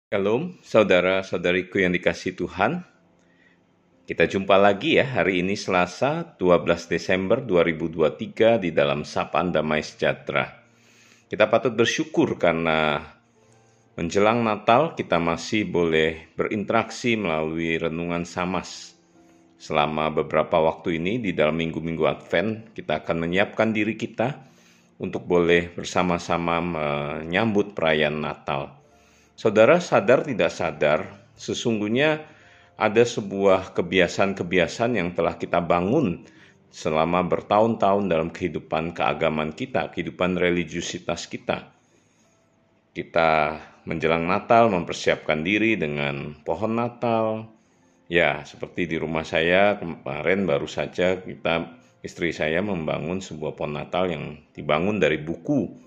Shalom, saudara-saudariku yang dikasihi Tuhan. Kita jumpa lagi ya hari ini Selasa 12 Desember 2023 di dalam Sapaan Damai Sejahtera. Kita patut bersyukur karena menjelang Natal kita masih boleh berinteraksi melalui renungan Samas. Selama beberapa waktu ini di dalam minggu-minggu Advent kita akan menyiapkan diri kita untuk boleh bersama-sama menyambut perayaan Natal. Saudara sadar tidak sadar, sesungguhnya ada sebuah kebiasaan-kebiasaan yang telah kita bangun selama bertahun-tahun dalam kehidupan keagamaan kita, kehidupan religiusitas kita. Kita menjelang Natal mempersiapkan diri dengan pohon Natal. Ya, seperti di rumah saya kemarin baru saja istri saya membangun sebuah pohon Natal yang dibangun dari buku.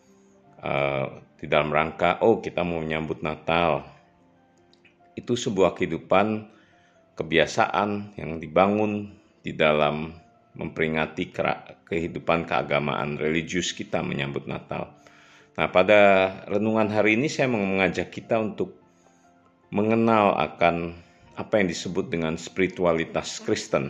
Di dalam rangka, kita mau menyambut Natal. Itu sebuah kehidupan, kebiasaan yang dibangun di dalam memperingati kehidupan keagamaan religius kita menyambut Natal. Nah, pada renungan hari ini saya mau mengajak kita untuk mengenal akan apa yang disebut dengan spiritualitas Kristen.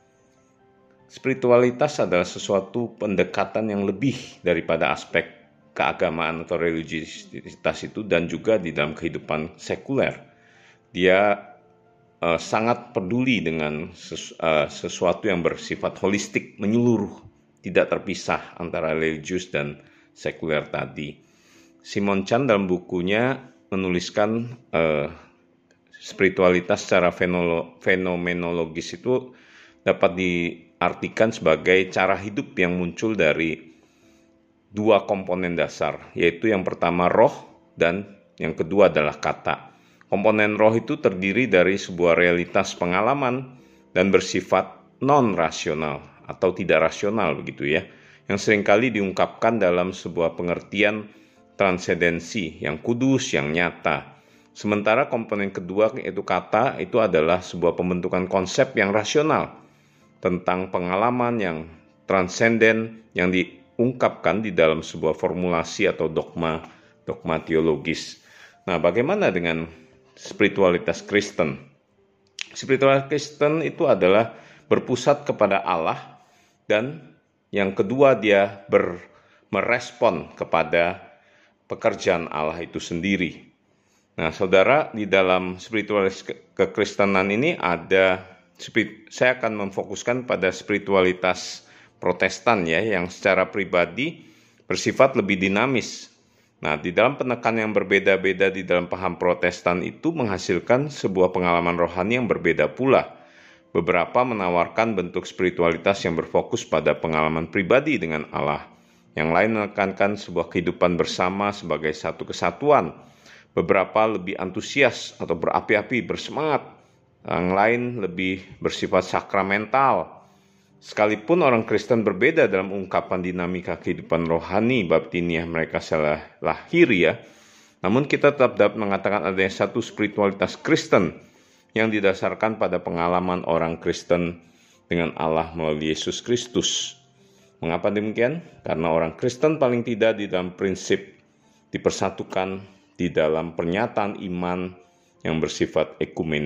Spiritualitas adalah sesuatu pendekatan yang lebih daripada aspek keagamaan atau religiusitas itu dan juga di dalam kehidupan sekuler. Dia sangat peduli dengan sesuatu yang bersifat holistik, menyeluruh, tidak terpisah antara religius dan sekuler tadi. Simon Chan dalam bukunya menuliskan spiritualitas secara fenomenologis itu dapat diartikan sebagai cara hidup yang muncul dari dua komponen dasar, yaitu yang pertama roh dan yang kedua adalah kata. Komponen roh itu terdiri dari sebuah realitas pengalaman dan bersifat non-rasional atau tidak rasional begitu ya, yang seringkali diungkapkan dalam sebuah pengertian transendensi yang kudus, yang nyata. Sementara komponen kedua yaitu kata itu adalah sebuah pembentukan konsep yang rasional tentang pengalaman yang transenden yang diungkapkan di dalam sebuah formulasi atau dogma teologis. Nah, bagaimana dengan spiritualitas Kristen? Spiritualitas Kristen itu adalah berpusat kepada Allah dan yang kedua dia merespon kepada pekerjaan Allah itu sendiri. Nah, saudara, di dalam spiritualitas kekristenan ini saya akan memfokuskan pada spiritualitas Protestan ya, yang secara pribadi bersifat lebih dinamis. Nah, di dalam penekanan yang berbeda-beda di dalam paham Protestan itu menghasilkan sebuah pengalaman rohani yang berbeda pula. Beberapa menawarkan bentuk spiritualitas yang berfokus pada pengalaman pribadi dengan Allah. Yang lain menekankan sebuah kehidupan bersama sebagai satu kesatuan. Beberapa lebih antusias atau berapi-api, bersemangat. Yang lain lebih bersifat sakramental. Sekalipun orang Kristen berbeda dalam ungkapan dinamika kehidupan rohani batiniah mereka setelah lahiriah, namun kita tetap dapat mengatakan adanya satu spiritualitas Kristen yang didasarkan pada pengalaman orang Kristen dengan Allah melalui Yesus Kristus. Mengapa demikian? Karena orang Kristen paling tidak di dalam prinsip dipersatukan di dalam pernyataan iman yang bersifat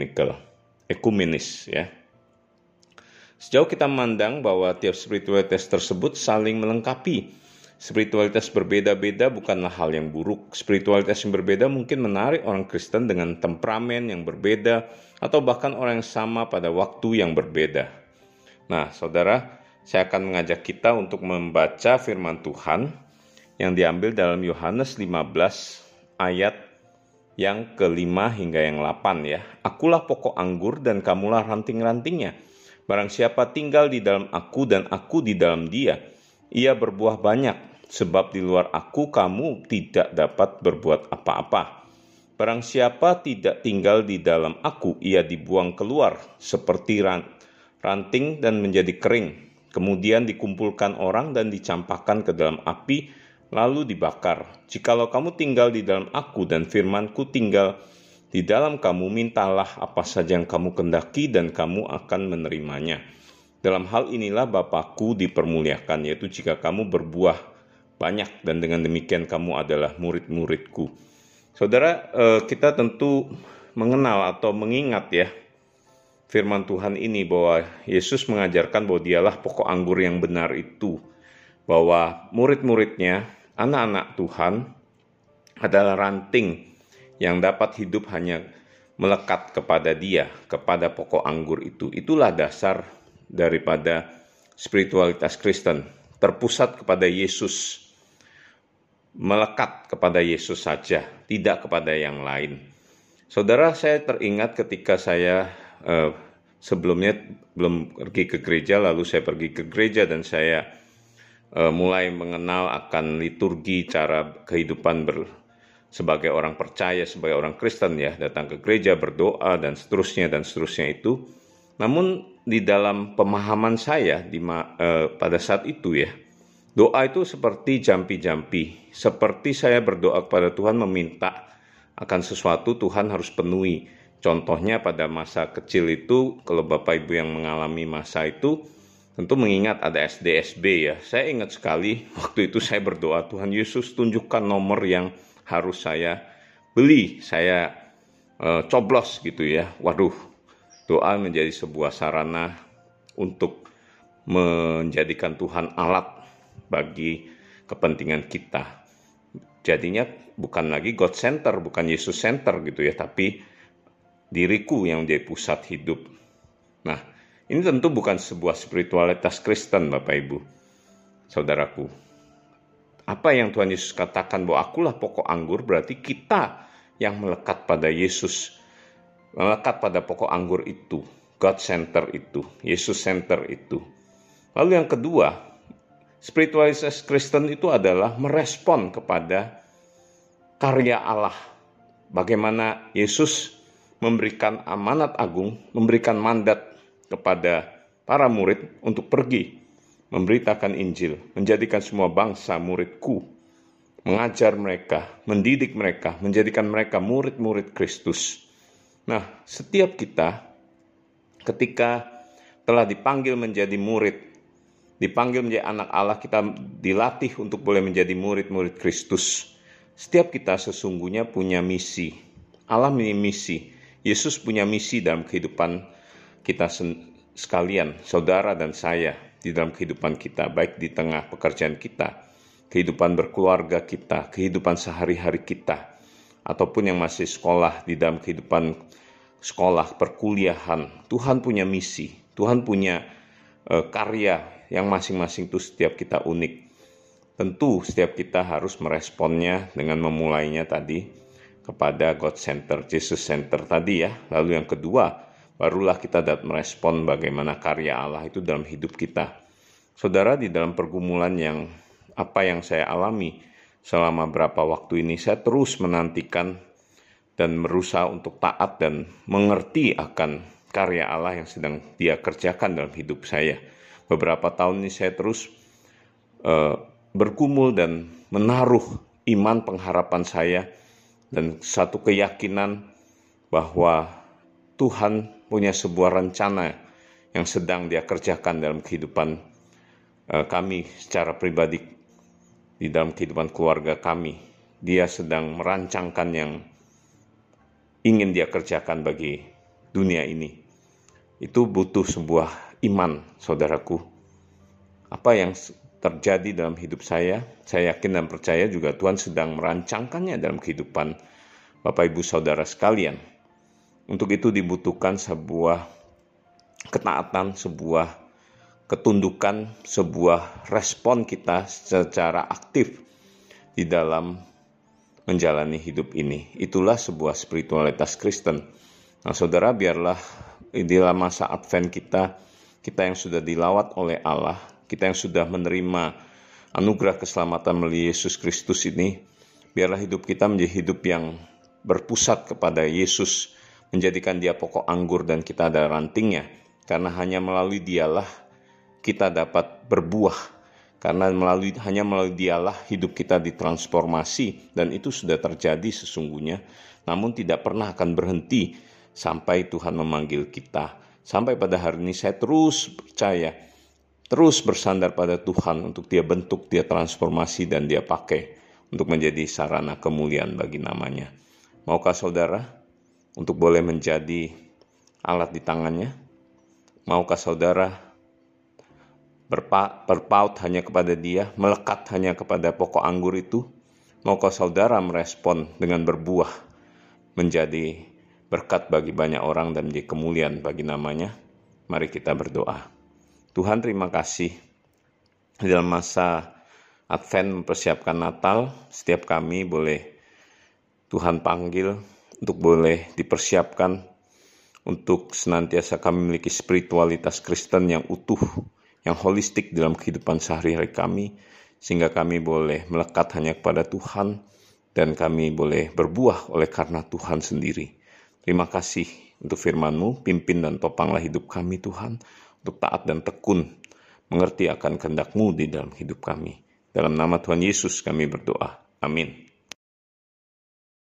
ekumenis ya. Sejauh kita memandang bahwa tiap spiritualitas tersebut saling melengkapi. Spiritualitas berbeda-beda bukanlah hal yang buruk. Spiritualitas yang berbeda mungkin menarik orang Kristen dengan temperamen yang berbeda atau bahkan orang yang sama pada waktu yang berbeda. Nah, saudara, saya akan mengajak kita untuk membaca firman Tuhan yang diambil dalam Yohanes 15 ayat yang ke-5 hingga yang 8 ya. Akulah pokok anggur dan kamulah ranting-rantingnya. Barang siapa tinggal di dalam aku dan aku di dalam dia, ia berbuah banyak, sebab di luar aku kamu tidak dapat berbuat apa-apa. Barang siapa tidak tinggal di dalam aku, ia dibuang keluar seperti ranting dan menjadi kering. Kemudian dikumpulkan orang dan dicampakkan ke dalam api, lalu dibakar. Jikalau kamu tinggal di dalam aku dan firmanku tinggal di dalam kamu, mintalah apa saja yang kamu kehendaki dan kamu akan menerimanya. Dalam hal inilah Bapakku dipermuliakan, yaitu jika kamu berbuah banyak dan dengan demikian kamu adalah murid-muridku. Saudara, kita tentu mengenal atau mengingat ya firman Tuhan ini bahwa Yesus mengajarkan bahwa dialah pokok anggur yang benar itu. Bahwa murid-muridnya, anak-anak Tuhan adalah ranting yang dapat hidup hanya melekat kepada dia, kepada pokok anggur itu. Itulah dasar daripada spiritualitas Kristen, terpusat kepada Yesus, melekat kepada Yesus saja, tidak kepada yang lain. Saudara, saya teringat ketika saya sebelumnya belum pergi ke gereja, lalu saya pergi ke gereja dan saya mulai mengenal akan liturgi, cara kehidupan sebagai orang percaya, sebagai orang Kristen ya, datang ke gereja, berdoa dan seterusnya itu. Namun di dalam pemahaman saya pada saat itu ya, doa itu seperti jampi-jampi, seperti saya berdoa kepada Tuhan meminta akan sesuatu Tuhan harus penuhi. Contohnya pada masa kecil itu, kalau Bapak Ibu yang mengalami masa itu, tentu mengingat ada SD-SB ya. Saya ingat sekali waktu itu saya berdoa, Tuhan Yesus tunjukkan nomor yang harus saya beli, saya coblos gitu ya. Waduh, doa menjadi sebuah sarana untuk menjadikan Tuhan alat bagi kepentingan kita. Jadinya bukan lagi God center, bukan Yesus center gitu ya, tapi diriku yang menjadi pusat hidup. Nah, ini tentu bukan sebuah spiritualitas Kristen, Bapak Ibu, saudaraku. Apa yang Tuhan Yesus katakan bahwa akulah pokok anggur, berarti kita yang melekat pada Yesus, melekat pada pokok anggur itu, God center itu, Yesus center itu. Lalu yang kedua, spiritualitas Kristen itu adalah merespon kepada karya Allah. Bagaimana Yesus memberikan amanat agung, memberikan mandat kepada para murid untuk pergi, memberitakan Injil, menjadikan semua bangsa muridku, mengajar mereka, mendidik mereka, menjadikan mereka murid-murid Kristus. Nah, setiap kita ketika telah dipanggil menjadi murid, dipanggil menjadi anak Allah, kita dilatih untuk boleh menjadi murid-murid Kristus. Setiap kita sesungguhnya punya misi. Allah punya misi. Yesus punya misi dalam kehidupan kita sekalian, saudara dan saya, di dalam kehidupan kita, baik di tengah pekerjaan kita, kehidupan berkeluarga kita, kehidupan sehari-hari kita, ataupun yang masih sekolah, di dalam kehidupan sekolah, perkuliahan. Tuhan punya misi, Tuhan punya karya yang masing-masing itu setiap kita unik. Tentu setiap kita harus meresponnya dengan memulainya tadi kepada God Center, Jesus Center tadi ya. Lalu yang kedua, barulah kita dapat merespon bagaimana karya Allah itu dalam hidup kita. Saudara, di dalam pergumulan yang saya alami selama beberapa waktu ini, saya terus menantikan dan berusaha untuk taat dan mengerti akan karya Allah yang sedang Dia kerjakan dalam hidup saya. Beberapa tahun ini saya terus bergumul dan menaruh iman pengharapan saya dan satu keyakinan bahwa Tuhan punya sebuah rencana yang sedang Dia kerjakan dalam kehidupan kami secara pribadi, di dalam kehidupan keluarga kami. Dia sedang merancangkan yang ingin Dia kerjakan bagi dunia ini. Itu butuh sebuah iman, saudaraku. Apa yang terjadi dalam hidup saya yakin dan percaya juga Tuhan sedang merancangkannya dalam kehidupan Bapak Ibu Saudara sekalian. Untuk itu dibutuhkan sebuah ketaatan, sebuah ketundukan, sebuah respon kita secara aktif di dalam menjalani hidup ini. Itulah sebuah spiritualitas Kristen. Nah, saudara, biarlah di dalam masa Advent kita yang sudah dilawat oleh Allah, kita yang sudah menerima anugerah keselamatan melalui Yesus Kristus ini, biarlah hidup kita menjadi hidup yang berpusat kepada Yesus, menjadikan Dia pokok anggur dan kita ada rantingnya. Karena hanya melalui Dialah kita dapat berbuah. Karena hanya melalui Dialah hidup kita ditransformasi, dan itu sudah terjadi sesungguhnya, namun tidak pernah akan berhenti sampai Tuhan memanggil kita. Sampai pada hari ini saya terus percaya, terus bersandar pada Tuhan untuk Dia bentuk, Dia transformasi, dan Dia pakai untuk menjadi sarana kemuliaan bagi namanya. Maukah saudara untuk boleh menjadi alat di tangannya? Maukah saudara berpaut hanya kepada dia, melekat hanya kepada pokok anggur itu? Maukah saudara merespon dengan berbuah, menjadi berkat bagi banyak orang dan menjadi kemuliaan bagi namanya? Mari kita berdoa. Tuhan, terima kasih dalam masa Advent mempersiapkan Natal, setiap kami boleh Tuhan panggil untuk boleh dipersiapkan untuk senantiasa kami memiliki spiritualitas Kristen yang utuh, yang holistik dalam kehidupan sehari-hari kami, sehingga kami boleh melekat hanya kepada Tuhan dan kami boleh berbuah oleh karena Tuhan sendiri. Terima kasih untuk firman-Mu, pimpin dan topanglah hidup kami Tuhan, untuk taat dan tekun, mengerti akan kehendak-Mu di dalam hidup kami. Dalam nama Tuhan Yesus kami berdoa. Amin.